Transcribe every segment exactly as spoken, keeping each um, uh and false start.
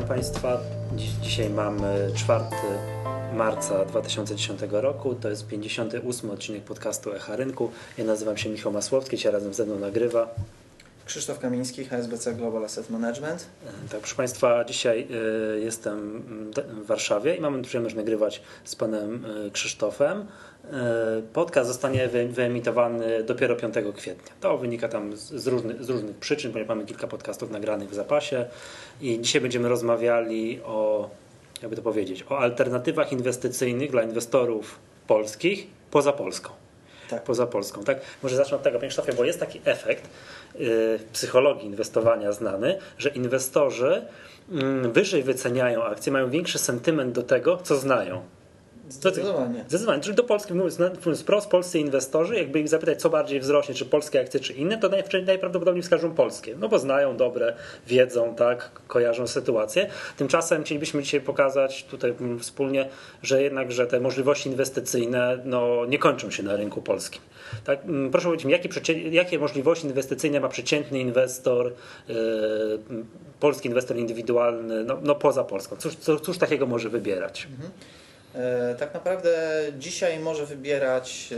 Witam Państwa. Dziś, dzisiaj mamy czwartego marca dwa tysiące dziesiątego roku. To jest pięćdziesiąty ósmy odcinek podcastu Echa Rynku. Ja nazywam się Michał Masłowski, dzisiaj razem ze mną nagrywa Krzysztof Kamiński, H S B C Global Asset Management. Tak, proszę Państwa, dzisiaj y, jestem w Warszawie i mamy przyjemność nagrywać z Panem y, Krzysztofem. Y, podcast zostanie wy, wyemitowany dopiero piątego kwietnia. To wynika tam z, z, różny, z różnych przyczyn, ponieważ mamy kilka podcastów nagranych w zapasie i dzisiaj będziemy rozmawiali o, jakby to powiedzieć, o alternatywach inwestycyjnych dla inwestorów polskich poza Polską. Tak. Poza Polską, tak? Może zacznę od tego, Panie Krzysztofie, bo jest taki efekt w psychologii inwestowania znany, że inwestorzy wyżej wyceniają akcje, mają większy sentyment do tego, co znają. Zdecydowanie. Zdecydowanie. Czyli do Polski, mówiąc wprost, polscy inwestorzy, jakby ich zapytać, co bardziej wzrośnie, czy polskie akcje, czy inne, to najprawdopodobniej wskażą polskie. No bo znają dobre, wiedzą, tak, kojarzą sytuację. Tymczasem chcielibyśmy dzisiaj pokazać tutaj wspólnie, że jednak, że te możliwości inwestycyjne no, nie kończą się na rynku polskim. Tak? Proszę powiedzieć mi, jakie, jakie możliwości inwestycyjne ma przeciętny inwestor, yy, polski inwestor indywidualny, no, no poza Polską? Cóż, cóż, cóż takiego może wybierać? Mhm. Tak naprawdę dzisiaj może wybierać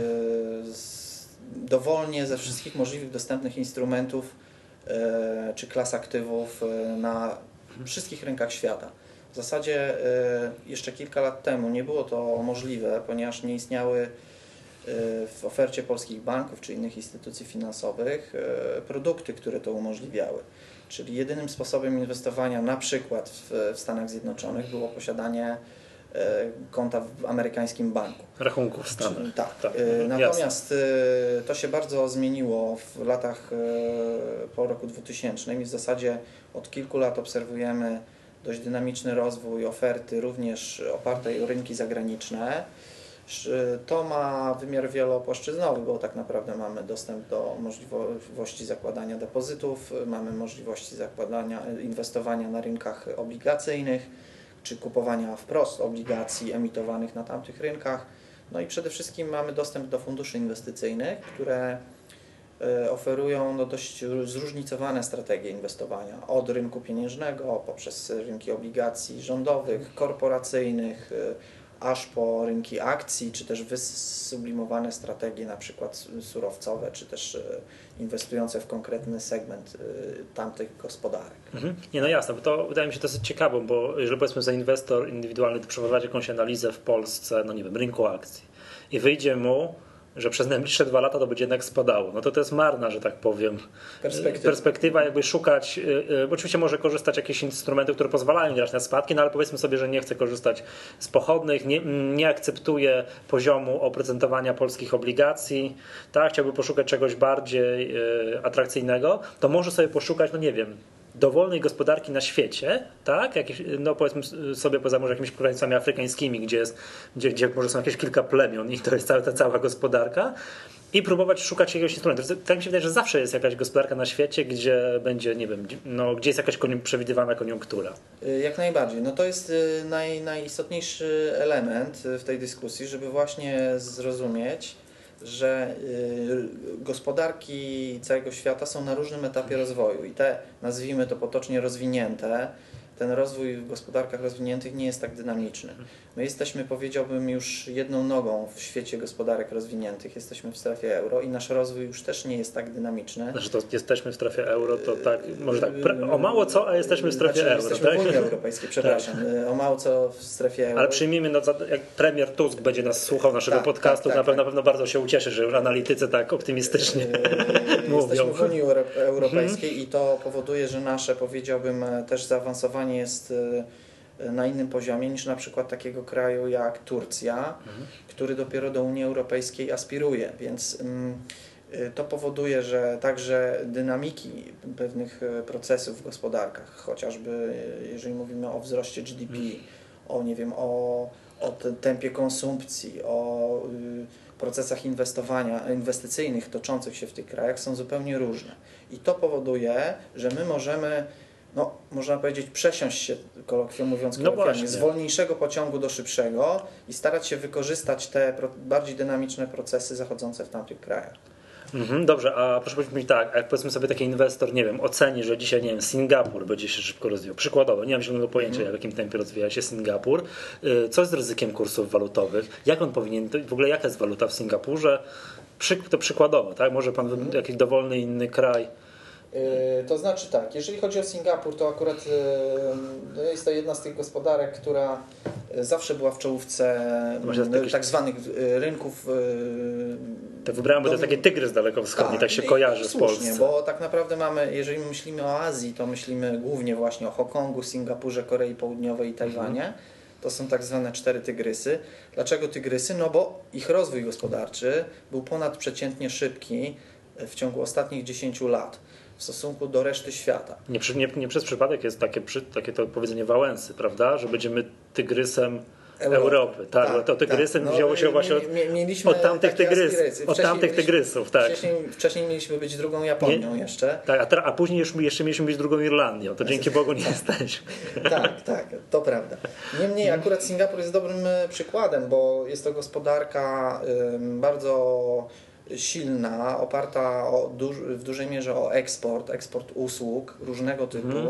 dowolnie ze wszystkich możliwych dostępnych instrumentów czy klas aktywów na wszystkich rynkach świata. W zasadzie jeszcze kilka lat temu nie było to możliwe, ponieważ nie istniały w ofercie polskich banków czy innych instytucji finansowych produkty, które to umożliwiały. Czyli jedynym sposobem inwestowania na przykład w, w Stanach Zjednoczonych było posiadanie konta w amerykańskim banku. Rachunków w Stanach. Tak. tak. Natomiast Jasne. to się bardzo zmieniło w latach po roku dwutysięcznym i w zasadzie od kilku lat obserwujemy dość dynamiczny rozwój oferty, również opartej o rynki zagraniczne. To ma wymiar wielopłaszczyznowy, bo tak naprawdę mamy dostęp do możliwości zakładania depozytów, mamy możliwości zakładania, inwestowania na rynkach obligacyjnych, czy kupowania wprost obligacji emitowanych na tamtych rynkach. No i przede wszystkim mamy dostęp do funduszy inwestycyjnych, które oferują no dość zróżnicowane strategie inwestowania. Od rynku pieniężnego, poprzez rynki obligacji rządowych, korporacyjnych, aż po rynki akcji, czy też wysublimowane strategie, na przykład surowcowe, czy też inwestujące w konkretny segment tamtych gospodarek. Mhm. Nie, no jasne, bo to wydaje mi się dosyć ciekawe, bo jeżeli powiedzmy za inwestor indywidualny przeprowadzi jakąś analizę w Polsce, no nie wiem, rynku akcji i wyjdzie mu, że przez najbliższe dwa lata to będzie jednak spadało. No to to jest marna, że tak powiem, perspektywa, perspektywa jakby szukać, bo oczywiście może korzystać z jakichś instrumentów, które pozwalają grać na spadki, no ale powiedzmy sobie, że nie chce korzystać z pochodnych, nie, nie akceptuje poziomu oprocentowania polskich obligacji, tak, chciałby poszukać czegoś bardziej atrakcyjnego, to może sobie poszukać, no nie wiem, dowolnej gospodarki na świecie, tak, jakieś, no powiedzmy sobie poza może jakimiś krańcami afrykańskimi, gdzie, jest, gdzie, gdzie może są jakieś kilka plemion i to jest cała ta cała gospodarka i próbować szukać jakiegoś instrumentu. Tak mi się wydaje, że zawsze jest jakaś gospodarka na świecie, gdzie będzie, nie wiem, no, gdzie jest jakaś koniun- przewidywana koniunktura. Jak najbardziej. No to jest naj, najistotniejszy element w tej dyskusji, żeby właśnie zrozumieć, że gospodarki całego świata są na różnym etapie rozwoju i te, nazwijmy to potocznie, rozwinięte, ten rozwój w gospodarkach rozwiniętych nie jest tak dynamiczny. My jesteśmy, powiedziałbym, już jedną nogą w świecie gospodarek rozwiniętych, jesteśmy w strefie euro i nasz rozwój już też nie jest tak dynamiczny. Znaczy to jesteśmy w strefie euro, to tak, może tak, o mało co, a jesteśmy w strefie znaczy, euro. Jesteśmy tak? w Unii Europejskiej, przepraszam, tak. O mało co w strefie euro. Ale przyjmijmy, no, jak premier Tusk będzie nas słuchał naszego tak, podcastu, tak, tak, na, pewno, tak. na pewno bardzo się ucieszy, że już analitycy tak optymistycznie yy, mówią. Jesteśmy w Unii Europejskiej hmm. i to powoduje, że nasze, powiedziałbym, też zaawansowanie jest na innym poziomie niż na przykład takiego kraju jak Turcja, mhm. który dopiero do Unii Europejskiej aspiruje, więc y, to powoduje, że także dynamiki pewnych procesów w gospodarkach, chociażby jeżeli mówimy o wzroście G D P, mhm. o nie wiem, o, o tempie konsumpcji, o y, procesach inwestowania, inwestycyjnych toczących się w tych krajach są zupełnie różne. I to powoduje, że my możemy no, można powiedzieć, przesiąść się, kolokwialnie mówiąc, kolokwialnie, no z wolniejszego pociągu do szybszego i starać się wykorzystać te bardziej dynamiczne procesy zachodzące w tamtych krajach. Mhm, dobrze, a proszę powiedzieć mi tak, jak powiedzmy sobie taki inwestor, nie wiem, oceni, że dzisiaj, nie wiem, Singapur będzie się szybko rozwijał. Przykładowo, nie mam zielonego pojęcia, mm. w jakim tempie rozwija się Singapur. Co jest z ryzykiem kursów walutowych? Jak on powinien, w ogóle jaka jest waluta w Singapurze? Przy, to przykładowo, tak? Może pan mm. jakiś dowolny inny kraj. To znaczy tak, jeżeli chodzi o Singapur, to akurat jest to jedna z tych gospodarek, która zawsze była w czołówce jakieś... tak zwanych rynków. To wybrałem, bo to jest taki tygrys dalekowschodni, tak, tak się kojarzy w słusznie, Polsce. Bo tak naprawdę mamy, jeżeli myślimy o Azji, to myślimy głównie właśnie o Hongkongu, Singapurze, Korei Południowej i Tajwanie. Mhm. To są tak zwane cztery tygrysy. Dlaczego tygrysy? No bo ich rozwój gospodarczy był ponadprzeciętnie szybki w ciągu ostatnich dziesięciu lat w stosunku do reszty świata. Nie, nie, nie przez przypadek jest takie, takie to powiedzenie Wałęsy, prawda? Że będziemy tygrysem Europy. Europy. Tak, tak, to tygrysem tak. No, wzięło się właśnie od, od tamtych, tygrys, od tamtych tygrysów. Tak. Wcześniej, wcześniej mieliśmy być drugą Japonią nie, jeszcze. Tak, a, tra, a później jeszcze, jeszcze mieliśmy być drugą Irlandią. To dzięki Bogu nie jesteśmy. Tak, tak, to prawda. Niemniej akurat Singapur jest dobrym przykładem, bo jest to gospodarka ym, bardzo silna, oparta o duż, w dużej mierze o eksport, eksport usług różnego typu. Mm.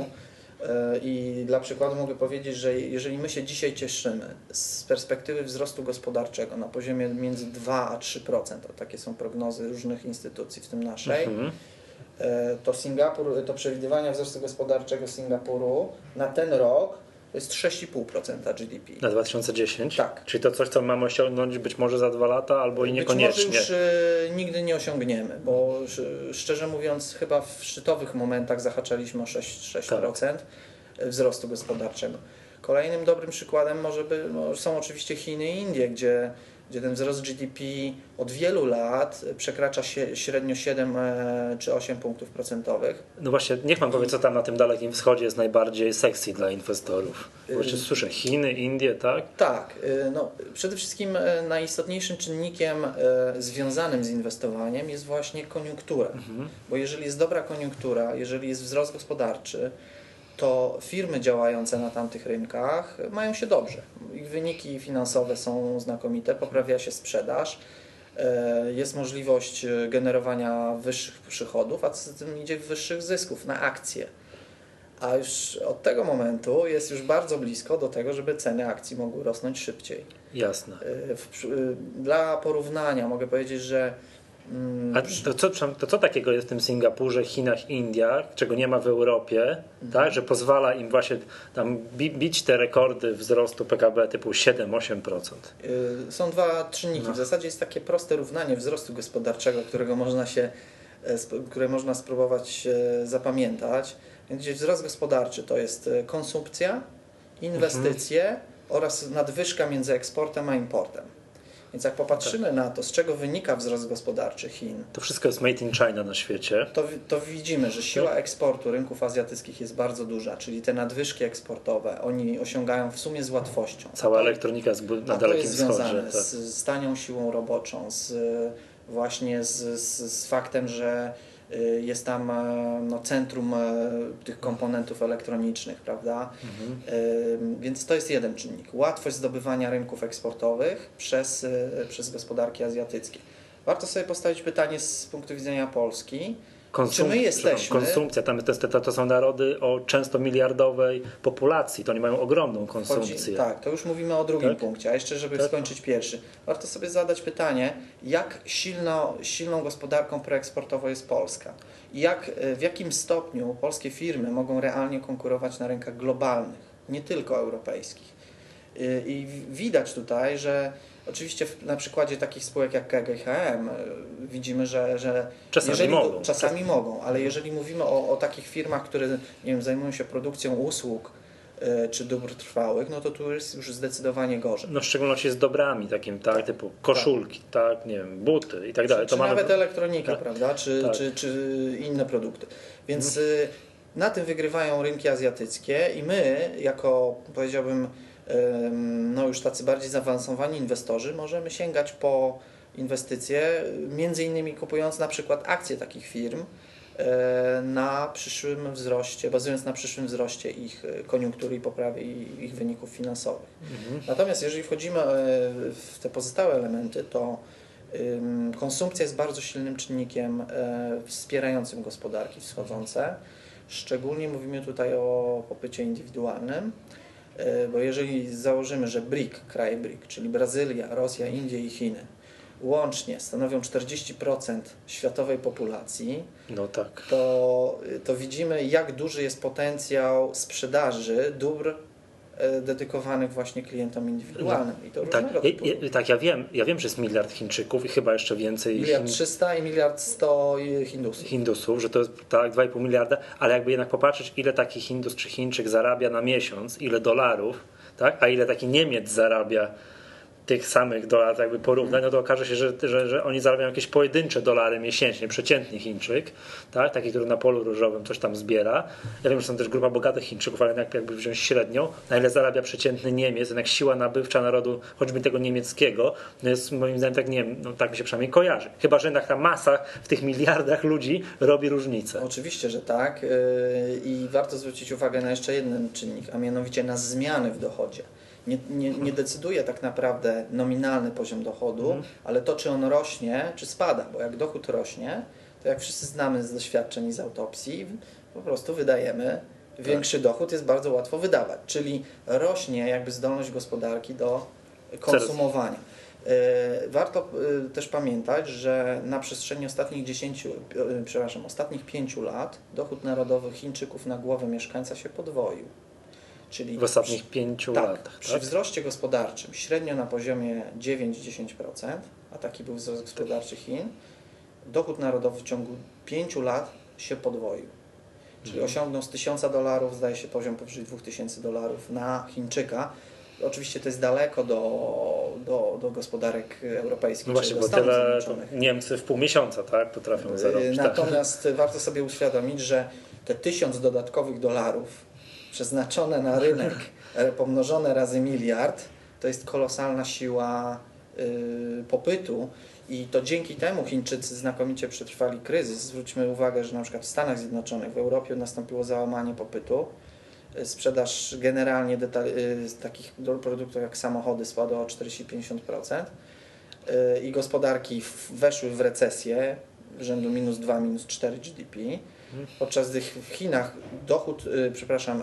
I dla przykładu mogę powiedzieć, że jeżeli my się dzisiaj cieszymy z perspektywy wzrostu gospodarczego na poziomie między dwa a trzy procent, takie są prognozy różnych instytucji, w tym naszej, mm-hmm. to Singapur, to przewidywania wzrostu gospodarczego Singapuru na ten rok to jest sześć i pół procent G D P. Na dwa tysiące dziesięć? Tak. Czyli to coś, co mamy osiągnąć być może za dwa lata, albo i niekoniecznie. Być może już y, nigdy nie osiągniemy, bo y, szczerze mówiąc chyba w szczytowych momentach zahaczaliśmy o sześć procent tak. wzrostu gospodarczego. Kolejnym dobrym przykładem może by, no, są oczywiście Chiny i Indie, gdzie gdzie ten wzrost G D P od wielu lat przekracza się średnio siedem czy osiem punktów procentowych. No właśnie, niech pan powie, co tam na tym Dalekim Wschodzie jest najbardziej sexy dla inwestorów. Właśnie słyszę, Chiny, Indie, tak? Tak. No, przede wszystkim najistotniejszym czynnikiem związanym z inwestowaniem jest właśnie koniunktura. Mhm. Bo jeżeli jest dobra koniunktura, jeżeli jest wzrost gospodarczy, to firmy działające na tamtych rynkach mają się dobrze. Ich wyniki finansowe są znakomite, poprawia się sprzedaż, jest możliwość generowania wyższych przychodów, a co za tym idzie wyższych zysków na akcje. A już od tego momentu jest już bardzo blisko do tego, żeby ceny akcji mogły rosnąć szybciej. Jasne. Dla porównania mogę powiedzieć, że A to co, to co takiego jest w tym Singapurze, Chinach, Indiach, czego nie ma w Europie, mhm. tak, że pozwala im właśnie tam bić te rekordy wzrostu P K B typu siedem do ośmiu procent? Są dwa czynniki. No. W zasadzie jest takie proste równanie wzrostu gospodarczego, którego można się, które można spróbować zapamiętać. Gdzie wzrost gospodarczy to jest konsumpcja, inwestycje mhm. oraz nadwyżka między eksportem a importem. Więc jak popatrzymy tak. na to, z czego wynika wzrost gospodarczy Chin, to wszystko jest made in China na świecie, to, to widzimy, że siła eksportu rynków azjatyckich jest bardzo duża, czyli te nadwyżki eksportowe oni osiągają w sumie z łatwością. Cała to, elektronika jest na Dalekim Wschodzie. To jest związane tak. z, z tanią siłą roboczą, z, właśnie z, z, z faktem, że jest tam no, centrum tych komponentów elektronicznych, prawda? Mhm. Więc to jest jeden czynnik. Łatwość zdobywania rynków eksportowych przez, przez gospodarki azjatyckie. Warto sobie postawić pytanie z punktu widzenia Polski. Konsum- Czy my jesteśmy... Konsumpcja, tam to, to, to są narody o często miliardowej populacji, to oni mają ogromną konsumpcję. Chodzi, tak, to już mówimy o drugim tak? punkcie, a jeszcze żeby tak? skończyć pierwszy. Warto sobie zadać pytanie, jak silno, silną gospodarką preeksportową jest Polska i jak, w jakim stopniu polskie firmy mogą realnie konkurować na rynkach globalnych, nie tylko europejskich. I widać tutaj, że oczywiście na przykładzie takich spółek jak K G H M widzimy, że, że czasami, jeżeli, mogą. czasami mogą, ale jeżeli mówimy o, o takich firmach, które nie wiem, zajmują się produkcją usług y, czy dóbr trwałych, no to tu jest już zdecydowanie gorzej. No w szczególności z dobrami takim, tak, tak typu koszulki, tak. tak, nie wiem, buty i tak dalej. Czy, to czy mamy... nawet elektronika, tak? prawda, czy, tak. czy, czy inne produkty. Więc mhm. y, na tym wygrywają rynki azjatyckie i my, jako powiedziałbym no już tacy bardziej zaawansowani inwestorzy, możemy sięgać po inwestycje, między innymi kupując na przykład akcje takich firm na przyszłym wzroście, bazując na przyszłym wzroście ich koniunktury i poprawie ich wyników finansowych. Mhm. Natomiast jeżeli wchodzimy w te pozostałe elementy, to Konsumpcja jest bardzo silnym czynnikiem wspierającym gospodarki wschodzące. Szczególnie mówimy tutaj o popycie indywidualnym, bo jeżeli założymy, że B R I C, kraje B R I C, czyli Brazylia, Rosja, Indie i Chiny, łącznie stanowią czterdzieści procent światowej populacji, no tak. to, to widzimy, jak duży jest potencjał sprzedaży dóbr dedykowanych właśnie klientom indywidualnym. No, I to tak, ja, ja, tak, ja wiem, ja wiem, że jest miliard Chińczyków i chyba jeszcze więcej. Miliard trzysta i miliard sto Hindusów. Hindusów, że to jest tak dwa i pół miliarda, ale jakby jednak popatrzeć, ile taki Hindus czy Chińczyk zarabia na miesiąc, ile dolarów, tak, a ile taki Niemiec zarabia tych samych dolarów, jakby porównać, no to okaże się, że, że, że oni zarabiają jakieś pojedyncze dolary miesięcznie, przeciętny Chińczyk, tak? Taki, który na polu ryżowym coś tam zbiera. Ja wiem, że są też grupa bogatych Chińczyków, ale jakby wziąć średnią, na ile zarabia przeciętny Niemiec, jednak siła nabywcza narodu, choćby tego niemieckiego, no jest moim zdaniem tak, nie wiem, no tak mi się przynajmniej kojarzy. Chyba, że jednak ta masa w tych miliardach ludzi robi różnicę. Oczywiście, że tak. I warto zwrócić uwagę na jeszcze jeden czynnik, a mianowicie na zmiany w dochodzie. Nie, nie, nie decyduje tak naprawdę nominalny poziom dochodu, mm. ale to, czy on rośnie, czy spada, bo jak dochód rośnie, to jak wszyscy znamy z doświadczeń i z autopsji, po prostu wydajemy większy tak. dochód, jest bardzo łatwo wydawać, czyli rośnie jakby zdolność gospodarki do konsumowania. Warto też pamiętać, że na przestrzeni ostatnich dziesięciu, przepraszam, ostatnich pięciu lat dochód narodowy Chińczyków na głowę mieszkańca się podwoił. Czyli w ostatnich przy, pięciu tak, latach. Przy tak? wzroście gospodarczym średnio na poziomie dziewięć do dziesięciu procent, a taki był wzrost gospodarczy Chin, dochód narodowy w ciągu pięciu lat się podwoił. Czyli mhm. osiągnął z tysiąca dolarów, zdaje się, poziom powyżej dwóch tysięcy dolarów na Chińczyka. Oczywiście to jest daleko do, do, do gospodarek europejskich. No właśnie, bo tyle Niemcy w pół miesiąca tak, potrafią zarobić. Natomiast tak. warto sobie uświadomić, że te tysiąc dodatkowych dolarów przeznaczone na rynek, pomnożone razy miliard, to jest kolosalna siła y, popytu i to dzięki temu Chińczycy znakomicie przetrwali kryzys. Zwróćmy uwagę, że na przykład w Stanach Zjednoczonych, w Europie nastąpiło załamanie popytu. Sprzedaż generalnie z takich produktów jak samochody spadła o czterdzieści do pięćdziesięciu procent y, i gospodarki w, weszły w recesję rzędu minus dwa, minus cztery G D P. Podczas gdy w Chinach dochód, yy, przepraszam,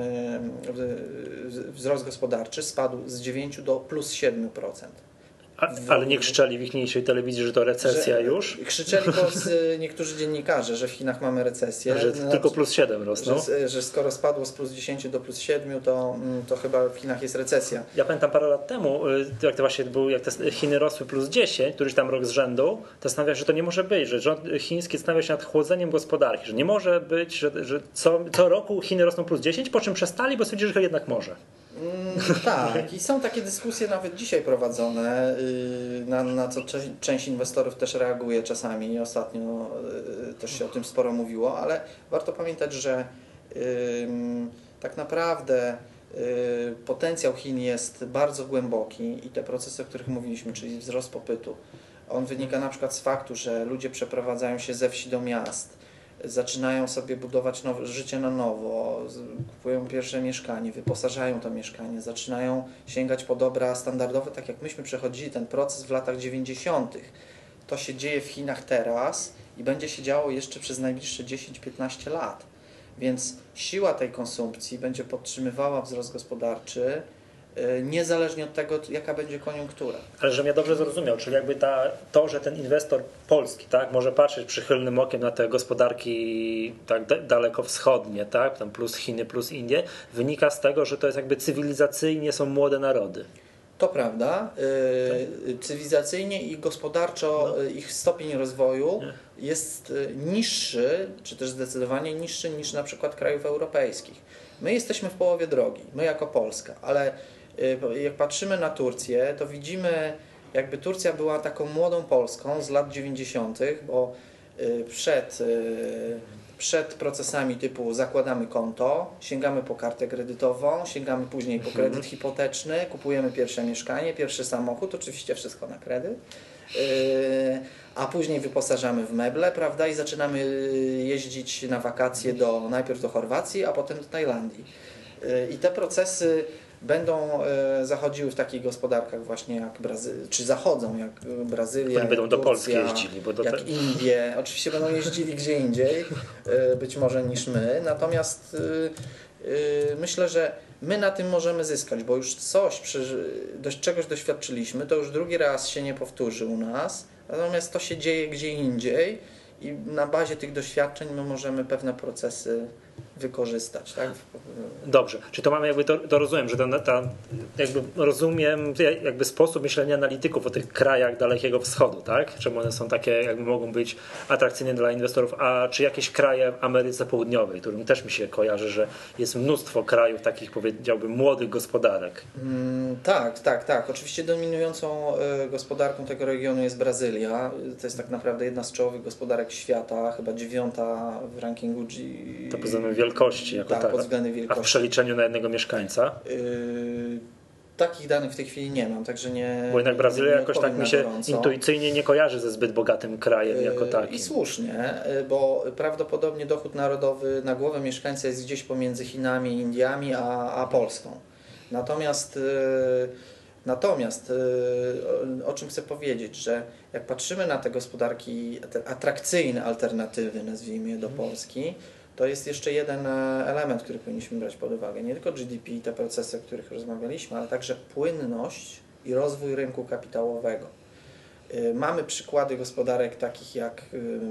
yy, wzrost gospodarczy spadł z dziewięciu do plus siedmiu procent. A, ale nie krzyczeli w ichniejszej telewizji, że to recesja że już? Krzyczeli to z, niektórzy dziennikarze, że w Chinach mamy recesję. Że znaczy, tylko plus siedem rosną. Że, że skoro spadło z plus dziesięciu do plus siedmiu, to, to chyba w Chinach jest recesja. Ja pamiętam parę lat temu, jak to właśnie było, jak te Chiny rosły plus dziesięć, któryś tam rok z rzędu, to zastanawiam się, że to nie może być, że rząd chiński zastanawia się nad chłodzeniem gospodarki, że nie może być, że, że co, co roku Chiny rosną plus dziesięć, po czym przestali, bo stwierdzili, że jednak może. Mm, tak, i są takie dyskusje nawet dzisiaj prowadzone, yy, na, na co część, część inwestorów też reaguje czasami. Ostatnio yy, też się o tym sporo mówiło, ale warto pamiętać, że yy, tak naprawdę yy, potencjał Chin jest bardzo głęboki i te procesy, o których mówiliśmy, czyli wzrost popytu, on wynika na przykład z faktu, że ludzie przeprowadzają się ze wsi do miast, zaczynają sobie budować nowe, życie na nowo, kupują pierwsze mieszkanie, wyposażają to mieszkanie, zaczynają sięgać po dobra standardowe, tak jak myśmy przechodzili ten proces w latach dziewięćdziesiątych. To się dzieje w Chinach teraz i będzie się działo jeszcze przez najbliższe dziesięć do piętnastu lat. Więc siła tej konsumpcji będzie podtrzymywała wzrost gospodarczy, niezależnie od tego, jaka będzie koniunktura. Ale żebym ja dobrze zrozumiał, czyli jakby ta, to, że ten inwestor polski tak, może patrzeć przychylnym okiem na te gospodarki tak daleko wschodnie, tak, tam plus Chiny, plus Indie, wynika z tego, że to jest jakby cywilizacyjnie są młode narody. To prawda. Yy, cywilizacyjnie i gospodarczo no. ich stopień rozwoju Nie. jest niższy, czy też zdecydowanie niższy niż na przykład krajów europejskich. My jesteśmy w połowie drogi, my jako Polska, ale jak patrzymy na Turcję, to widzimy, jakby Turcja była taką młodą Polską z lat dziewięćdziesiątych, bo przed, przed procesami typu zakładamy konto, sięgamy po kartę kredytową, sięgamy później po kredyt hipoteczny, kupujemy pierwsze mieszkanie, pierwszy samochód, oczywiście wszystko na kredyt, a później wyposażamy w meble, prawda, i zaczynamy jeździć na wakacje do, najpierw do Chorwacji, a potem do Tajlandii. I te procesy będą e, zachodziły w takich gospodarkach właśnie jak Brazylia, czy zachodzą jak Brazylia, Oni będą jak do Turcja, Polski jeździli, bo do jak te... Indie. Oczywiście będą jeździli gdzie indziej, e, być może niż my, natomiast e, e, myślę, że my na tym możemy zyskać, bo już coś, dość czegoś doświadczyliśmy, to już drugi raz się nie powtórzy u nas, natomiast to się dzieje gdzie indziej i na bazie tych doświadczeń my możemy pewne procesy wykorzystać, tak? Dobrze, czy to mamy jakby, to, to rozumiem, że ta, ta, jakby rozumiem jakby sposób myślenia analityków o tych krajach Dalekiego Wschodu, tak? Czemu one są takie, jakby mogą być atrakcyjne dla inwestorów, a czy jakieś kraje w Ameryce Południowej, którym też mi się kojarzy, że jest mnóstwo krajów takich, powiedziałbym, młodych gospodarek. Mm, tak, tak, tak. Oczywiście dominującą y, gospodarką tego regionu jest Brazylia. To jest tak naprawdę jedna z czołowych gospodarek świata, chyba dziewiąta w rankingu G... To pod względem wielkości, jako tak, tak. pod względem wielkości. A w przeliczeniu na jednego mieszkańca? Yy, takich danych w tej chwili nie mam, także nie. Bo jednak Brazylia nie jakoś tak mi się gorąco. intuicyjnie nie kojarzy ze zbyt bogatym krajem jako takim. I słusznie, bo prawdopodobnie dochód narodowy na głowę mieszkańca jest gdzieś pomiędzy Chinami, Indiami, a, a Polską. Natomiast, natomiast o czym chcę powiedzieć, że jak patrzymy na te gospodarki, te atrakcyjne alternatywy, nazwijmy je, do Polski, to jest jeszcze jeden element, który powinniśmy brać pod uwagę. Nie tylko G D P i te procesy, o których rozmawialiśmy, ale także płynność i rozwój rynku kapitałowego. Mamy przykłady gospodarek takich jak,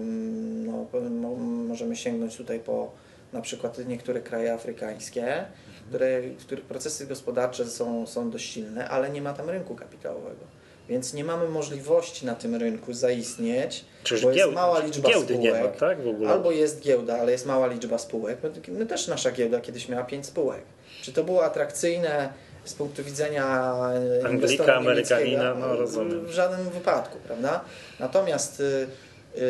no, możemy sięgnąć tutaj po na przykład niektóre kraje afrykańskie, które, w których procesy gospodarcze są, są dość silne, ale nie ma tam rynku kapitałowego. Więc nie mamy możliwości na tym rynku zaistnieć, Czyż bo jest giełd, mała liczba giełdy spółek. Nie ma, tak, w ogóle? Albo jest giełda, ale jest mała liczba spółek. My, my też nasza giełda kiedyś miała pięć spółek. Czy to było atrakcyjne z punktu widzenia Anglika, Amerykanina? No, rozumiem. W żadnym wypadku, prawda? Natomiast yy, yy,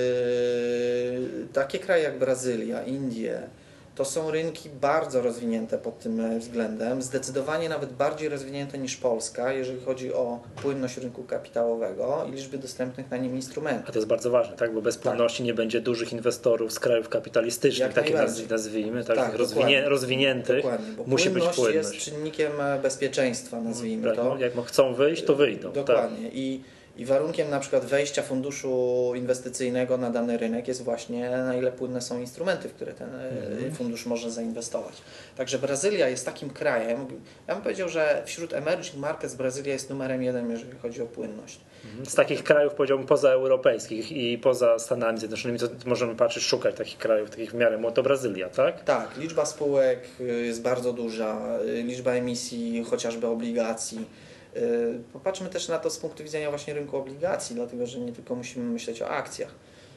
takie kraje jak Brazylia, Indie, to są rynki bardzo rozwinięte pod tym względem, zdecydowanie nawet bardziej rozwinięte niż Polska, jeżeli chodzi o płynność rynku kapitałowego i liczby dostępnych na nim instrumentów. A to jest bardzo ważne, tak? Bo bez płynności tak. nie będzie dużych inwestorów z krajów kapitalistycznych, takich nazwijmy, takich tak, rozwinie, rozwiniętych. Dokładnie, bo musi być płynność. jest czynnikiem bezpieczeństwa, nazwijmy tak, to. No, jak chcą wyjść, to wyjdą. Dokładnie. Tak. I I warunkiem na przykład wejścia funduszu inwestycyjnego na dany rynek jest właśnie, na ile płynne są instrumenty, w które ten mm. fundusz może zainwestować. Także Brazylia jest takim krajem, ja bym powiedział, że wśród emerging markets Brazylia jest numerem jeden, jeżeli chodzi o płynność. Z takich krajów, powiedziałbym, pozaeuropejskich i poza Stanami Zjednoczonymi, to możemy patrzeć, szukać takich krajów, takich w miarę, to Brazylia, tak? Tak, liczba spółek jest bardzo duża, liczba emisji chociażby obligacji. Popatrzmy też na to z punktu widzenia właśnie rynku obligacji, dlatego że nie tylko musimy myśleć o akcjach.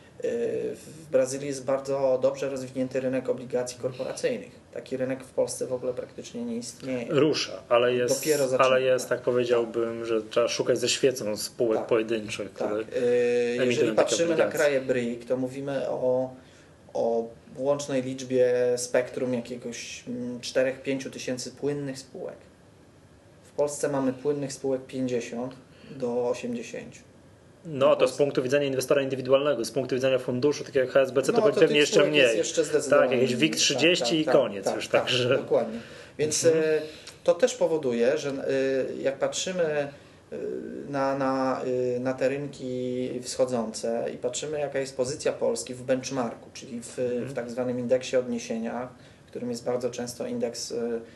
W Brazylii jest bardzo dobrze rozwinięty rynek obligacji korporacyjnych. Taki rynek w Polsce w ogóle praktycznie nie istnieje. Rusza, ale jest, Dopiero zaczyna, ale jest tak powiedziałbym, że trzeba szukać ze świecą spółek tak, pojedynczych. Tak. Które Jeżeli patrzymy na kraje B R I C, to mówimy o, o łącznej liczbie spektrum jakiegoś cztery do pięciu tysięcy płynnych spółek. W Polsce mamy płynnych spółek pięćdziesiąt do osiemdziesięciu. No to z punktu widzenia inwestora indywidualnego, z punktu widzenia funduszu, takiego jak H S B C, to, no, to pewnie jeszcze mniej. Jest jeszcze zdecydowanie. Tak, jakieś W I G trzydzieści tak, i tak, koniec tak, już. Tak, także... tak, dokładnie. Więc mhm. to też powoduje, że jak patrzymy na, na, na te rynki wschodzące i patrzymy, jaka jest pozycja Polski w benchmarku, czyli w, mhm. w tak zwanym indeksie odniesienia, którym jest bardzo często indeks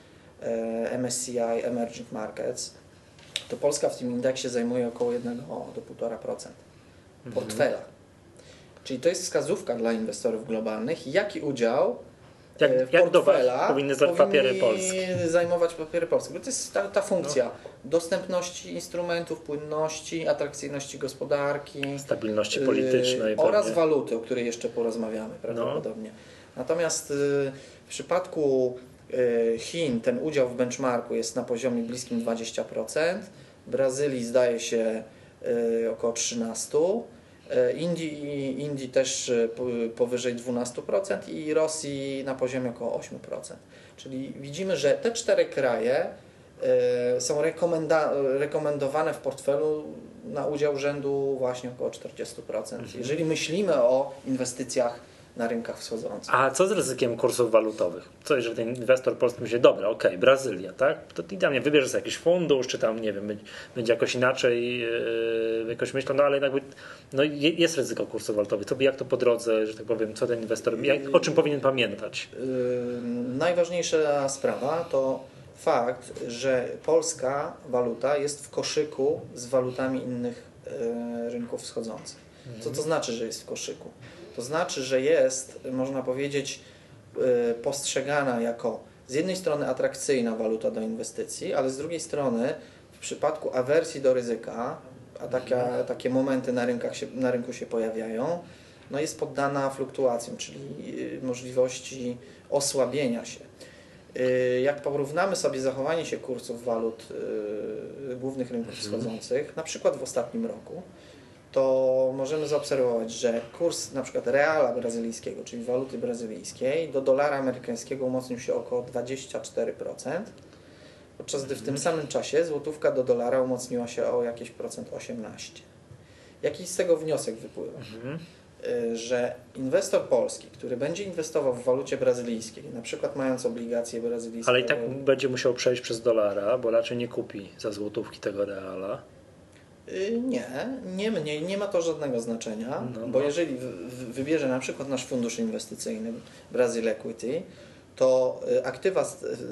M S C I Emerging Markets, to Polska w tym indeksie zajmuje około jeden do półtora procent portfela. Mhm. Czyli to jest wskazówka dla inwestorów globalnych, jaki udział jak, w jak portfela powinny zdać papiery polskie. zajmować papiery polskie. Bo to jest ta, ta funkcja no. dostępności instrumentów, płynności, atrakcyjności gospodarki, stabilności politycznej yy, oraz waluty, o której jeszcze porozmawiamy prawdopodobnie. No. Natomiast yy, w przypadku Chin ten udział w benchmarku jest na poziomie bliskim dwudziestu procent, Brazylii zdaje się około trzynaście procent, Indii, Indii też powyżej dwanaście procent i Rosji na poziomie około osiem procent. Czyli widzimy, że te cztery kraje są rekomenda- rekomendowane w portfelu na udział rzędu właśnie około czterdziestu procent. Mhm. Jeżeli myślimy o inwestycjach na rynkach wschodzących. A co z ryzykiem kursów walutowych? Co jeżeli ten inwestor polski myśli, dobra, okej, okay, Brazylia, tak? To i tam nie wybierzesz sobie jakiś fundusz, czy tam, nie wiem, będzie jakoś inaczej yy, jakoś myślą, no ale jakby no jest ryzyko kursów walutowych. To jak to po drodze, że tak powiem, co ten inwestor, jak, o czym powinien pamiętać? Yy, najważniejsza sprawa to fakt, że polska waluta jest w koszyku z walutami innych yy, rynków wschodzących. Co to znaczy, że jest w koszyku? To znaczy, że jest, można powiedzieć, postrzegana jako z jednej strony atrakcyjna waluta do inwestycji, ale z drugiej strony w przypadku awersji do ryzyka, a taka, takie momenty na, rynkach się, na rynku się pojawiają, no jest poddana fluktuacjom, czyli możliwości osłabienia się. Jak porównamy sobie zachowanie się kursów walut głównych rynków wschodzących, na przykład w ostatnim roku, to możemy zaobserwować, że kurs na przykład reala brazylijskiego, czyli waluty brazylijskiej, do dolara amerykańskiego umocnił się około dwadzieścia cztery procent, podczas gdy w tym samym czasie złotówka do dolara umocniła się o jakieś procent osiemnaście procent. Jaki z tego wniosek wypływa? Mhm. Że inwestor polski, który będzie inwestował w walucie brazylijskiej, na przykład mając obligacje brazylijskie... Ale i tak będzie musiał przejść przez dolara, bo raczej nie kupi za złotówki tego reala. Nie, nie mniej, nie ma to żadnego znaczenia, no, bo no. jeżeli w, w, wybierze na przykład nasz fundusz inwestycyjny Brazil Equity, to aktywa,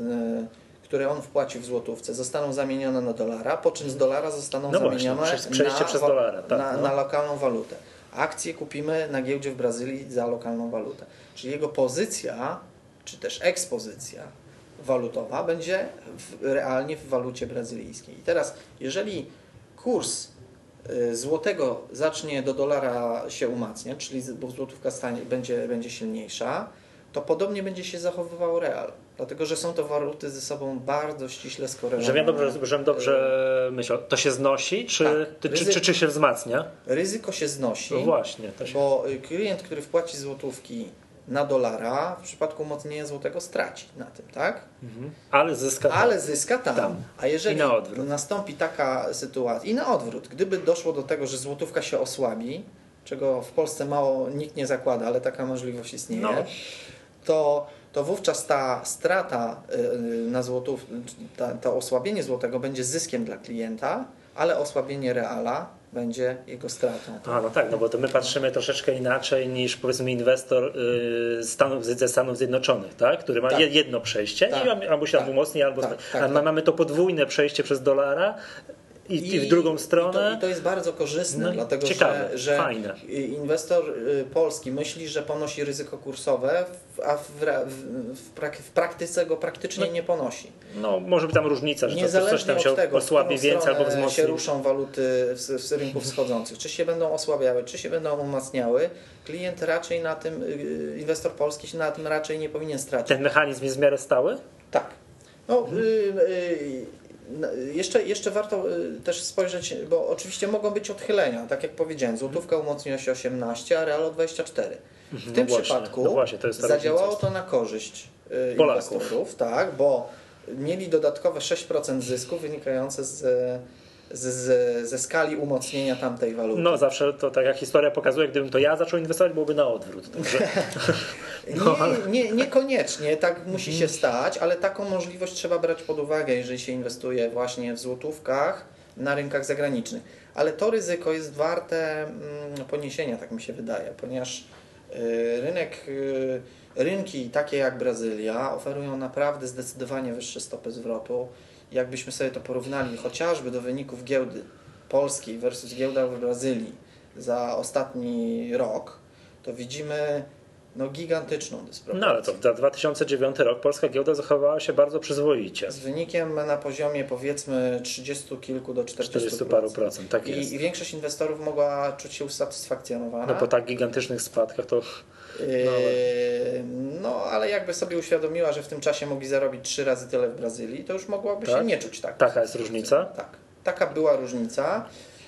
które on wpłaci w złotówce, zostaną zamienione na dolara, po czym z dolara zostaną no zamienione właśnie, przejście na, przez dolara, tak, na, no. na lokalną walutę. Akcje kupimy na giełdzie w Brazylii za lokalną walutę. Czyli jego pozycja, czy też ekspozycja walutowa będzie w, realnie w walucie brazylijskiej. I teraz, jeżeli kurs złotego zacznie do dolara się umacniać, czyli bo złotówka stanie, będzie, będzie silniejsza, to podobnie będzie się zachowywał real. Dlatego, że są to waluty ze sobą bardzo ściśle skorelowane. Żebym ja dobrze, żebym dobrze myślał, to się znosi, czy, tak, ryzyko, czy, czy, czy się wzmacnia? Ryzyko się znosi, no właśnie, to się... bo klient, który wpłaci złotówki na dolara, w przypadku umocnienia złotego straci na tym, tak? Mhm. Ale zyska tam. Ale zyska tam. tam. A jeżeli na nastąpi taka sytuacja, i na odwrót, gdyby doszło do tego, że złotówka się osłabi, czego w Polsce mało nikt nie zakłada, ale taka możliwość istnieje, no. to, to wówczas ta strata na złotów, ta, to osłabienie złotego będzie zyskiem dla klienta, ale osłabienie reala będzie jego stratą. A, no tak, no bo to my patrzymy troszeczkę inaczej niż powiedzmy inwestor yy, Stanów, ze Stanów Zjednoczonych, tak? Który ma tak. jedno przejście tak. i albo się tak. umocni, albo tak. tak, a tak. mamy to podwójne przejście przez dolara i, I, i w drugą stronę. I to, i to jest bardzo korzystne, no, dlatego ciekawe, że, że fajne. inwestor polski myśli, że ponosi ryzyko kursowe, a w, w, w, prak, w praktyce go praktycznie no, nie ponosi. No może być tam różnica, że niezależnie to, coś tam się od tego, osłabi więcej albo wzmocni. się ruszą waluty z, z rynków wschodzących, czy się będą osłabiały, czy się będą umacniały, klient raczej na tym, inwestor polski się na tym raczej nie powinien stracić. Ten mechanizm jest w miarę stały? Tak. No, hmm. y, y, Jeszcze, jeszcze warto też spojrzeć, bo oczywiście mogą być odchylenia, tak jak powiedziałem, złotówka umocniła się osiemnaście, a real o dwadzieścia cztery. W tym no przypadku no właśnie, to zadziałało to na korzyść Polaków. Inwestorów, tak, bo mieli dodatkowe sześć procent zysku wynikające z, z, z, ze skali umocnienia tamtej waluty. No zawsze to tak jak historia pokazuje, gdybym to ja zaczął inwestować, byłoby na odwrót. Także... No, nie, nie, niekoniecznie tak musi się stać, ale taką możliwość trzeba brać pod uwagę, jeżeli się inwestuje właśnie w złotówkach na rynkach zagranicznych. Ale to ryzyko jest warte poniesienia, tak mi się wydaje, ponieważ rynek, rynki takie jak Brazylia oferują naprawdę zdecydowanie wyższe stopy zwrotu. Jakbyśmy sobie to porównali chociażby do wyników giełdy polskiej versus giełda w Brazylii za ostatni rok, to widzimy no, gigantyczną dysproporcję. No ale to za dwa tysiące dziewiąty rok polska giełda zachowała się bardzo przyzwoicie. Z wynikiem na poziomie powiedzmy trzydziestu kilku do czterdziestu czterdziestu paru procent, tak jest. I, I większość inwestorów mogła czuć się usatysfakcjonowana. No po tak gigantycznych spadkach to... No ale... no ale jakby sobie uświadomiła, że w tym czasie mogli zarobić trzy razy tyle w Brazylii, to już mogłaby tak? się nie czuć tak. Taka jest różnica? Tak, taka była różnica.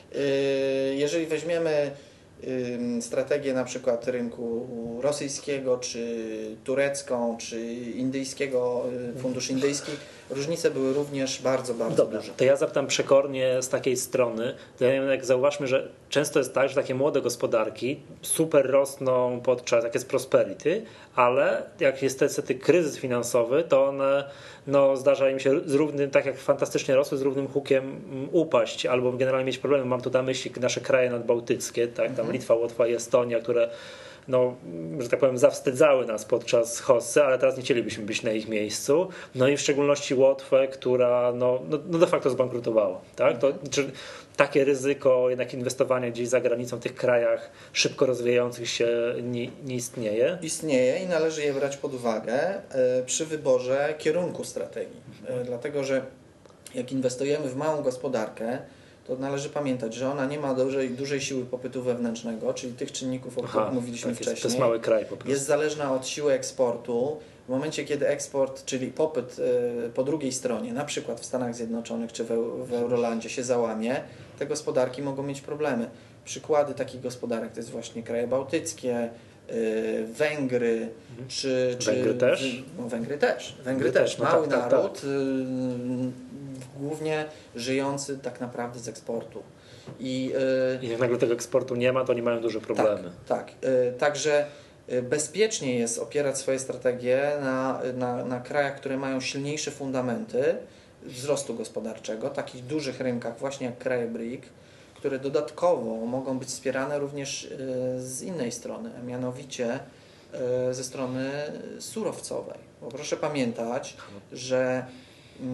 Jeżeli weźmiemy strategię na przykład rynku rosyjskiego, czy turecką, czy indyjskiego, fundusz indyjski, różnice były również bardzo, bardzo Dobra, duże. to ja zapytam przekornie z takiej strony, to jak zauważmy, że często jest tak, że takie młode gospodarki super rosną podczas, jak jest prosperity, ale jak jest niestety kryzys finansowy, to one no, zdarza im się z równym, tak jak fantastycznie rosły, z równym hukiem upaść albo generalnie mieć problemy. Mam tu na myśli nasze kraje nadbałtyckie, tak, tam mhm. Litwa, Łotwa i Estonia, które no, że tak powiem, zawstydzały nas podczas hossy, ale teraz nie chcielibyśmy być na ich miejscu. No i w szczególności Łotwę, która no, no de facto zbankrutowała. Tak? To, czy takie ryzyko jednak inwestowania gdzieś za granicą w tych krajach szybko rozwijających się nie, nie istnieje? Istnieje i należy je brać pod uwagę y, przy wyborze kierunku strategii. Y, dlatego, że jak inwestujemy w małą gospodarkę, to należy pamiętać, że ona nie ma dużej, dużej siły popytu wewnętrznego, czyli tych czynników, o których Aha, mówiliśmy tak jest, wcześniej. To jest mały kraj po prostu. Jest zależna od siły eksportu. W momencie, kiedy eksport, czyli popyt y, po drugiej stronie, na przykład w Stanach Zjednoczonych czy w, w Eurolandzie się załamie, te gospodarki mogą mieć problemy. Przykłady takich gospodarek to jest właśnie kraje bałtyckie, y, Węgry, mhm. czy, czy... Węgry też? No, Węgry też. Węgry, Węgry też. też. Mały no, tak, naród, tak, tak. Y, głównie żyjący tak naprawdę z eksportu. I, yy, I jak nagle tego eksportu nie ma, to oni mają duże problemy. Tak, tak. Yy, także bezpiecznie jest opierać swoje strategie na, na, na krajach, które mają silniejsze fundamenty wzrostu gospodarczego, takich dużych rynkach właśnie jak kraje B R I C, które dodatkowo mogą być wspierane również yy, z innej strony, a mianowicie yy, ze strony surowcowej. Bo proszę pamiętać, że yy,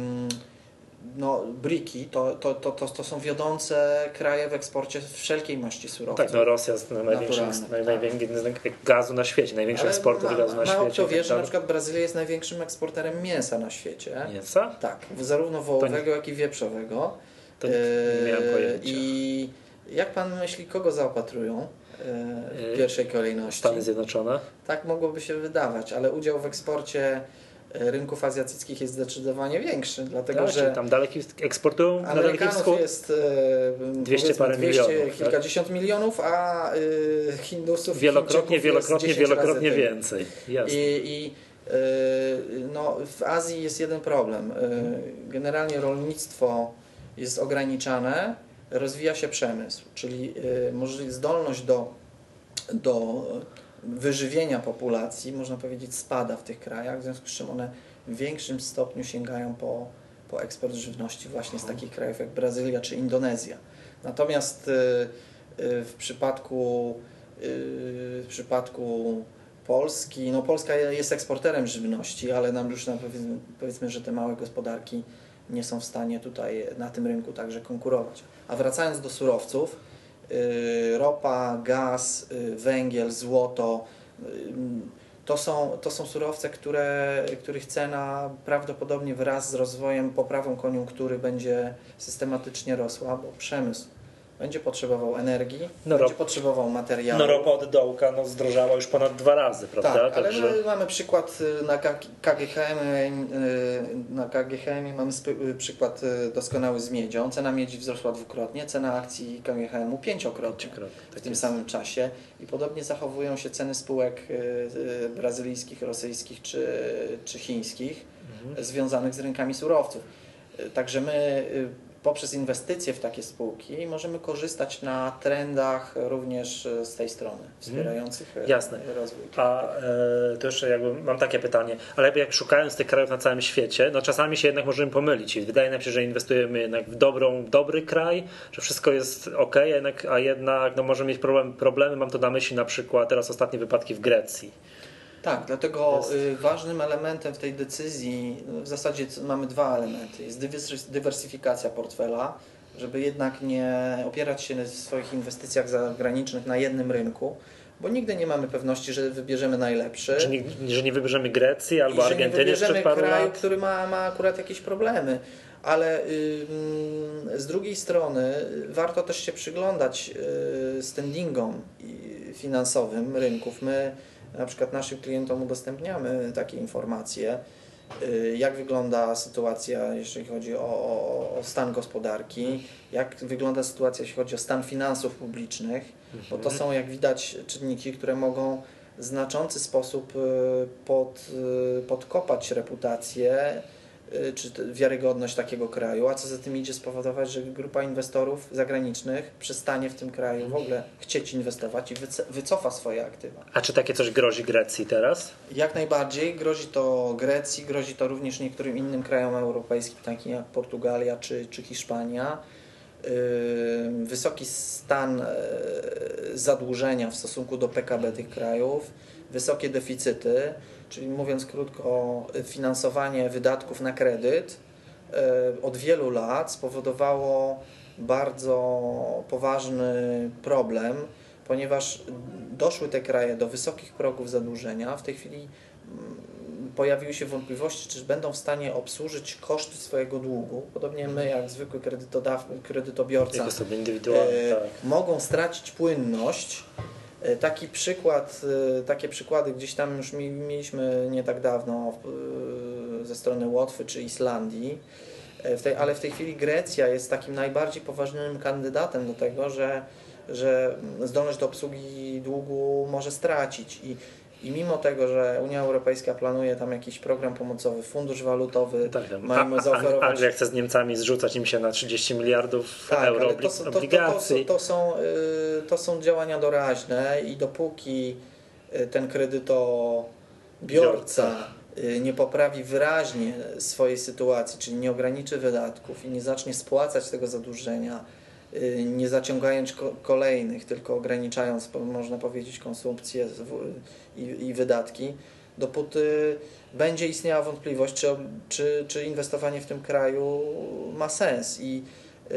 no, briki to, to, to, to, to są wiodące kraje w eksporcie wszelkiej maści surowców. Tak, no Rosja jest największym naj, największym gazu na świecie, największy eksporter ma, gazu na mało świecie. Kto wie, że na przykład Brazylia jest największym eksporterem mięsa na świecie. Mięsa? Tak, zarówno wołowego, jak i wieprzowego. To nie, nie miałem pojęcia. I jak pan myśli, kogo zaopatrują w pierwszej kolejności? Stany Zjednoczone? Tak mogłoby się wydawać, ale udział w eksporcie rynków azjatyckich jest zdecydowanie większy, dlatego tak, że tam daleki eksportują na Daleki Wschód jest dwieście parę dwieście, milionów, kilkadziesiąt tak? milionów, a y, Hindusów wielokrotnie, wielokrotnie, wielokrotnie więcej. Jasne. I, i y, no, w Azji jest jeden problem. Y, generalnie rolnictwo jest ograniczane, rozwija się przemysł, czyli y, może zdolność do, do wyżywienia populacji, można powiedzieć, spada w tych krajach, w związku z czym one w większym stopniu sięgają po, po eksport żywności właśnie z takich krajów jak Brazylia czy Indonezja. Natomiast w przypadku, w przypadku Polski, no Polska jest eksporterem żywności, ale nam już powiedzmy, powiedzmy, że te małe gospodarki nie są w stanie tutaj na tym rynku także konkurować. A wracając do surowców, ropa, gaz, węgiel, złoto, to są, to są surowce, które, których cena prawdopodobnie wraz z rozwojem, poprawą koniunktury będzie systematycznie rosła, bo przemysł będzie potrzebował energii, no będzie rop, potrzebował materiału. No ropa od dołka no, zdrożała już ponad dwa razy, prawda? Tak, ale Także... my mamy przykład na K G H M, na K G H M mamy przykład doskonały z miedzią. Cena miedzi wzrosła dwukrotnie, cena akcji K G H M pięciokrotnie w tym samym czasie i podobnie zachowują się ceny spółek brazylijskich, rosyjskich czy, czy chińskich mhm. związanych z rynkami surowców. Także my poprzez inwestycje w takie spółki możemy korzystać na trendach również z tej strony, wspierających hmm. Jasne. rozwój. A e, to jeszcze jakby mam takie pytanie, ale jak szukając tych krajów na całym świecie, no czasami się jednak możemy pomylić. Wydaje nam się, że inwestujemy jednak w dobrą, dobry kraj, że wszystko jest ok, a jednak, a jednak no, możemy mieć problem, problemy. Mam to na myśli na przykład teraz ostatnie wypadki w Grecji. Tak, dlatego jest... ważnym elementem w tej decyzji, w zasadzie mamy dwa elementy. Jest dywersyfikacja portfela, żeby jednak nie opierać się w swoich inwestycjach zagranicznych na jednym rynku, bo nigdy nie mamy pewności, że wybierzemy najlepszy. Że nie, że nie wybierzemy Grecji albo Argentyny sprzed paru kraju, lat. który ma, ma akurat jakieś problemy. Ale yy, z drugiej strony warto też się przyglądać yy, standingom finansowym rynków. My na przykład naszym klientom udostępniamy takie informacje, jak wygląda sytuacja, jeśli chodzi o, o, o stan gospodarki, jak wygląda sytuacja, jeśli chodzi o stan finansów publicznych, bo to są, jak widać, czynniki, które mogą w znaczący sposób pod, podkopać reputację czy wiarygodność takiego kraju, a co za tym idzie spowodować, że grupa inwestorów zagranicznych przestanie w tym kraju w ogóle chcieć inwestować i wycofa swoje aktywa. A czy takie coś grozi Grecji teraz? Jak najbardziej. Grozi to Grecji, grozi to również niektórym innym krajom europejskim, takim jak Portugalia czy, czy Hiszpania. Wysoki stan zadłużenia w stosunku do P K B tych krajów, wysokie deficyty, czyli mówiąc krótko, finansowanie wydatków na kredyt od wielu lat spowodowało bardzo poważny problem, ponieważ doszły te kraje do wysokich progów zadłużenia. W tej chwili pojawiły się wątpliwości, czy będą w stanie obsłużyć koszty swojego długu. Podobnie my, jak zwykły kredytobiorca, osoby indywidualne, e, tak. mogą stracić płynność. Taki przykład, takie przykłady gdzieś tam już mieliśmy nie tak dawno ze strony Łotwy czy Islandii, w tej, ale w tej chwili Grecja jest takim najbardziej poważnym kandydatem do tego, że, że zdolność do obsługi długu może stracić. I, i mimo tego, że Unia Europejska planuje tam jakiś program pomocowy, fundusz walutowy, tak, tak. mają zaoferować... Anglia chce z Niemcami zrzucać im się na trzydzieści miliardów tak, euro ale to, to, to, obligacji. To, to, to, są, to są działania doraźne i dopóki ten kredytobiorca nie poprawi wyraźnie swojej sytuacji, czyli nie ograniczy wydatków i nie zacznie spłacać tego zadłużenia, nie zaciągając kolejnych, tylko ograniczając, można powiedzieć, konsumpcję i, i wydatki, dopóty będzie istniała wątpliwość, czy, czy, czy inwestowanie w tym kraju ma sens. I yy,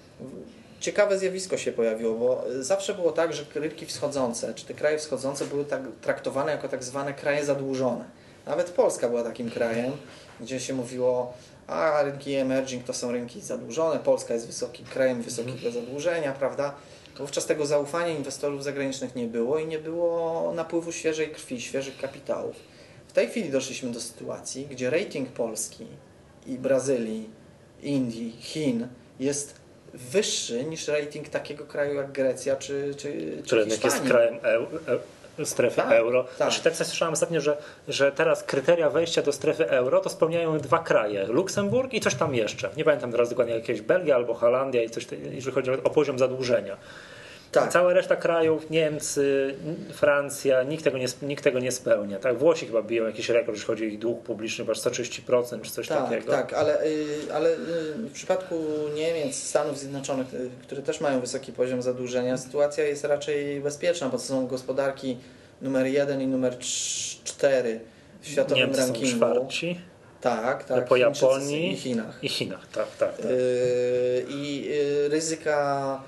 ciekawe zjawisko się pojawiło, bo zawsze było tak, że rynki wschodzące, czy te kraje wschodzące były tak traktowane jako tak zwane kraje zadłużone. Nawet Polska była takim krajem, gdzie się mówiło, a rynki emerging to są rynki zadłużone, Polska jest wysokim krajem wysokiego zadłużenia, prawda? Wówczas tego zaufania inwestorów zagranicznych nie było i nie było napływu świeżej krwi, świeżych kapitałów. W tej chwili doszliśmy do sytuacji, gdzie rating Polski i Brazylii, Indii, Chin jest wyższy niż rating takiego kraju jak Grecja czy, czy, czy Czyli Hiszpania. jest krajem EU, strefy tak, euro. Tak. Znaczy, tak słyszałem ostatnio, że, że teraz kryteria wejścia do strefy euro to spełniają dwa kraje. Luksemburg i coś tam jeszcze. Nie pamiętam teraz dokładnie, jakieś Belgia albo Holandia i coś, jeżeli chodzi o poziom zadłużenia. Tak. Cała reszta krajów, Niemcy, Francja, nikt tego nie, nikt tego nie spełnia. Tak? Włosi chyba biją jakiś rekord, jeśli chodzi o ich dług publiczny, chyba sto trzydzieści procent czy coś tak, takiego. Tak, ale, ale w przypadku Niemiec, Stanów Zjednoczonych, które też mają wysoki poziom zadłużenia, sytuacja jest raczej bezpieczna, bo to są gospodarki numer jeden i numer cztery w światowym Niemcy rankingu. Są czwarci. Tak, tak. Po Japonii i Chinach. I Chinach, tak, tak. tak. Yy, I yy, ryzyka,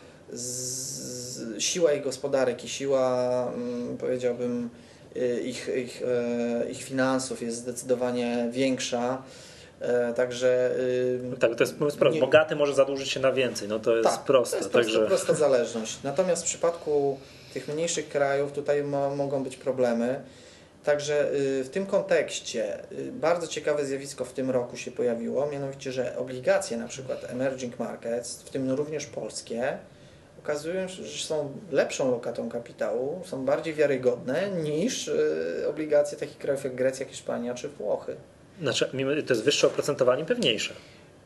z, siła ich gospodarek i siła, yy, powiedziałbym, yy, ich, ich, yy, ich finansów jest zdecydowanie większa. Yy, także... Yy, tak, to jest proste. Bogaty może zadłużyć się na więcej, no to jest tak, proste. to jest także... prosta, prosta zależność. Natomiast w przypadku tych mniejszych krajów tutaj mo, mogą być problemy. Także w tym kontekście bardzo ciekawe zjawisko w tym roku się pojawiło, mianowicie, że obligacje na przykład emerging markets, w tym również polskie, okazują się, że są lepszą lokatą kapitału, są bardziej wiarygodne niż obligacje takich krajów jak Grecja, Hiszpania czy Włochy. Znaczy, to jest wyższe oprocentowanie, pewniejsze.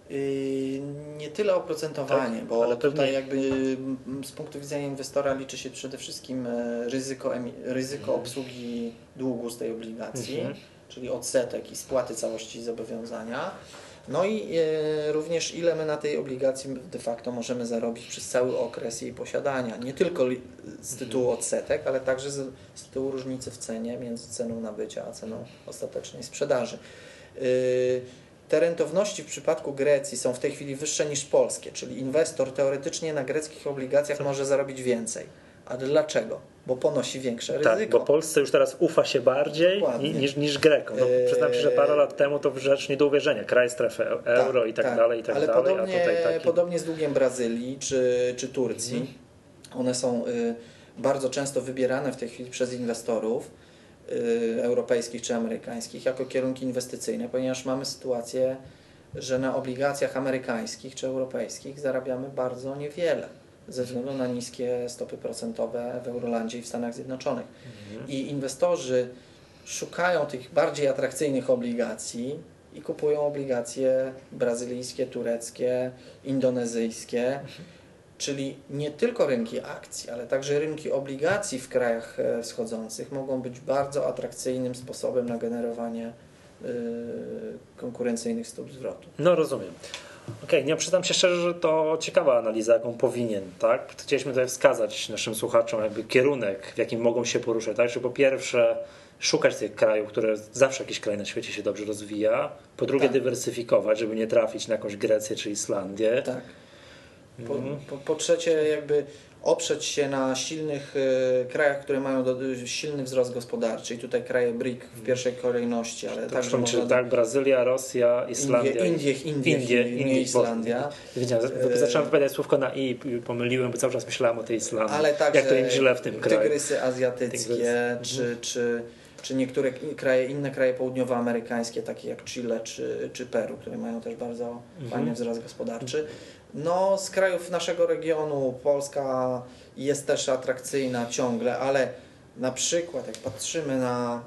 Nie tyle oprocentowanie, tak, bo ale tutaj pewnie... jakby z punktu widzenia inwestora liczy się przede wszystkim ryzyko, ryzyko obsługi długu z tej obligacji, mhm. czyli odsetek i spłaty całości zobowiązania. No i również ile my na tej obligacji de facto możemy zarobić przez cały okres jej posiadania. Nie tylko z tytułu odsetek, ale także z, z tytułu różnicy w cenie między ceną nabycia a ceną ostatecznej sprzedaży. Te rentowności w przypadku Grecji są w tej chwili wyższe niż polskie, czyli inwestor teoretycznie na greckich obligacjach może zarobić więcej. A dlaczego? Bo ponosi większe ryzyko. Tak, bo Polsce już teraz ufa się bardziej niż, niż Grekom. No, przyznam się, że parę lat temu to rzecz nie do uwierzenia. Kraj strefy euro tak, i tak, tak dalej, i tak ale dalej. Podobnie, a tutaj taki... podobnie z długiem Brazylii czy, czy Turcji. Mhm. One są y, bardzo często wybierane w tej chwili przez inwestorów y, europejskich czy amerykańskich jako kierunki inwestycyjne, ponieważ mamy sytuację, że na obligacjach amerykańskich czy europejskich zarabiamy bardzo niewiele ze względu na niskie stopy procentowe w Eurolandzie i w Stanach Zjednoczonych. Mhm. I inwestorzy szukają tych bardziej atrakcyjnych obligacji i kupują obligacje brazylijskie, tureckie, indonezyjskie. Mhm. Czyli nie tylko rynki akcji, ale także rynki obligacji w krajach wschodzących mogą być bardzo atrakcyjnym sposobem na generowanie yy, konkurencyjnych stóp zwrotu. No rozumiem. Okej, okay, nie przyznam się szczerze, że to ciekawa analiza, jaką powinien, tak? Chcieliśmy tutaj wskazać naszym słuchaczom jakby kierunek, w jakim mogą się poruszać, tak? Czyli po pierwsze szukać tych krajów, które zawsze jakiś kraj na świecie się dobrze rozwija, po drugie tak. dywersyfikować, żeby nie trafić na jakąś Grecję czy Islandię. Tak. Po, po, po trzecie jakby oprzeć się na silnych y, krajach, które mają do, silny wzrost gospodarczy i tutaj kraje B R I C w pierwszej kolejności, ale to także czy, tak, Brazylia, Rosja, Islandia. Indie, Indie, Indie, Indie, Indie nie Islandia. Wiedziałem, zacząłem wypowiadać słówko na i i pomyliłem, bo cały czas myślałem o tej Islandii. Ale także jak to im źle w tym kraju. Tygrysy azjatyckie, Tygrysy. Czy, mhm. czy, czy niektóre kraje, inne kraje południowoamerykańskie, takie jak Chile czy, czy Peru, które mają też bardzo mhm. fajny wzrost gospodarczy. No, z krajów naszego regionu Polska jest też atrakcyjna ciągle, ale na przykład jak patrzymy na,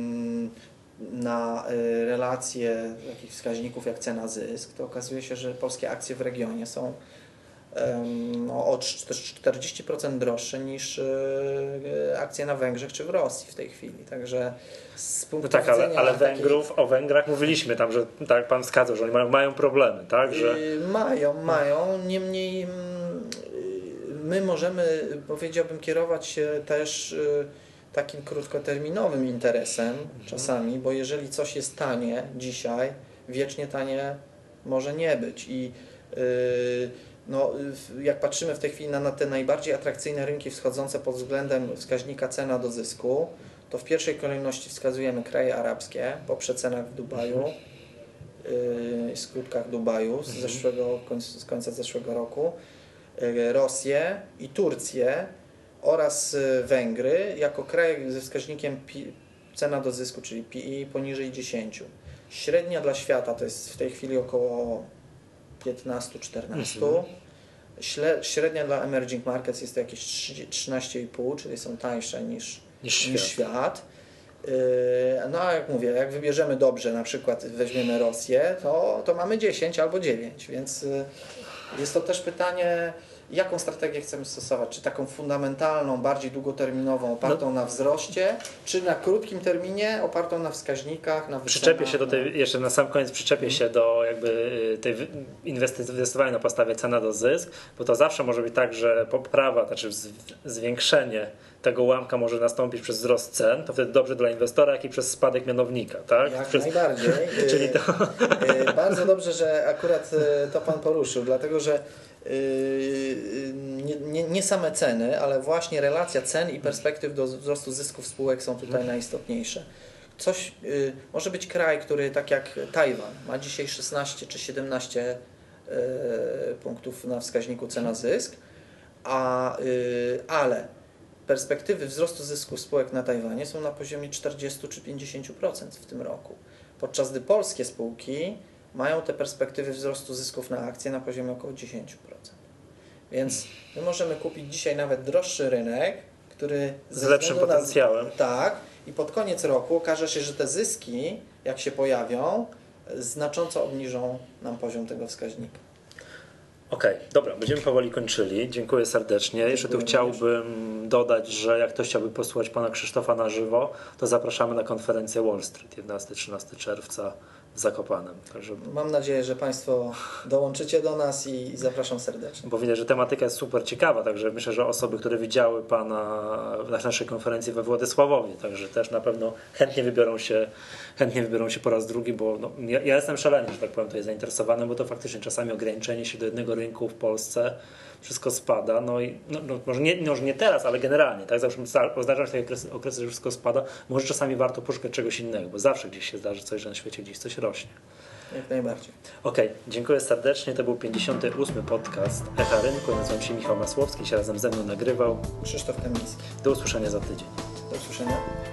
na relacje takich wskaźników jak cena zysk, to okazuje się, że polskie akcje w regionie są no, o czterdzieści procent droższe niż akcje na Węgrzech czy w Rosji w tej chwili. Także z punktu no tak, ale, ale takiej... Węgrów, o Węgrach mówiliśmy tam, że tak pan wskazał, że oni mają, mają problemy, tak? Że... Mają, mają. Niemniej my możemy, powiedziałbym, kierować się też takim krótkoterminowym interesem czasami, bo jeżeli coś jest tanie dzisiaj, wiecznie tanie może nie być. I yy, no, jak patrzymy w tej chwili na, na te najbardziej atrakcyjne rynki wschodzące pod względem wskaźnika cena do zysku, to w pierwszej kolejności wskazujemy kraje arabskie po przecenach w Dubaju, yy, skutkach Dubaju z, zeszłego, z końca zeszłego roku, yy, Rosję i Turcję oraz Węgry jako kraje ze wskaźnikiem P, cena do zysku, czyli P I poniżej dziesięć. Średnia dla świata to jest w tej chwili około piętnaście czternaście. Mhm. Średnia dla emerging markets jest to jakieś trzynaście i pół, czyli są tańsze niż, niż, niż świat. świat. No a jak mówię, jak wybierzemy dobrze, na przykład weźmiemy Rosję, to, to mamy dziesięć albo dziewięć, więc jest to też pytanie, jaką strategię chcemy stosować, czy taką fundamentalną, bardziej długoterminową, opartą no. na wzroście, czy na krótkim terminie, opartą na wskaźnikach, na wycenach. Przyczepię się do tej, jeszcze na sam koniec przyczepię hmm. się do jakby tej inwestowania na podstawie cena do zysk, bo to zawsze może być tak, że poprawa, znaczy zwiększenie tego ułamka może nastąpić przez wzrost cen, to wtedy dobrze dla inwestora, jak i przez spadek mianownika, tak? Jak przez... najbardziej. Czyli to... Bardzo dobrze, że akurat to pan poruszył, dlatego że Nie, nie, nie same ceny, ale właśnie relacja cen i perspektyw do wzrostu zysków spółek są tutaj najistotniejsze. Coś, y, może być kraj, który tak jak Tajwan ma dzisiaj szesnaście czy siedemnaście y, punktów na wskaźniku cena-zysk, a, y, ale perspektywy wzrostu zysków spółek na Tajwanie są na poziomie czterdzieści czy pięćdziesiąt procent w tym roku. Podczas gdy polskie spółki mają te perspektywy wzrostu zysków na akcje na poziomie około dziesięć procent. Więc my możemy kupić dzisiaj nawet droższy rynek, który z lepszym potencjałem. Na, tak, i pod koniec roku okaże się, że te zyski, jak się pojawią, znacząco obniżą nam poziom tego wskaźnika. Okej, okay, dobra, będziemy powoli kończyli. Dziękuję serdecznie. Jeszcze tu chciałbym dodać, że jak ktoś chciałby posłuchać pana Krzysztofa na żywo, to zapraszamy na konferencję Wall Street jedenastego trzynastego czerwca w Zakopanem. Także... Mam nadzieję, że państwo dołączycie do nas i, i zapraszam serdecznie. Bo widać, że tematyka jest super ciekawa, także myślę, że osoby, które widziały pana na naszej konferencji we Władysławowie, także też na pewno chętnie wybiorą się, chętnie wybiorą się po raz drugi, bo no, ja, ja jestem szalenie, że tak powiem, tutaj zainteresowany, bo to faktycznie czasami ograniczenie się do jednego rynku w Polsce, wszystko spada, no i no, no, może, nie, może nie teraz, ale generalnie, tak, zawsze oznaczam takie okresy, okresy, że wszystko spada, może czasami warto poszukać czegoś innego, bo zawsze gdzieś się zdarzy coś, że na świecie gdzieś coś rośnie. Jak najbardziej. Okej, okay, dziękuję serdecznie, to był pięćdziesiąty ósmy podcast Echa Rynku, nazywam się Michał Masłowski, się razem ze mną nagrywał Krzysztof Kamiński. Do usłyszenia za tydzień. Do usłyszenia.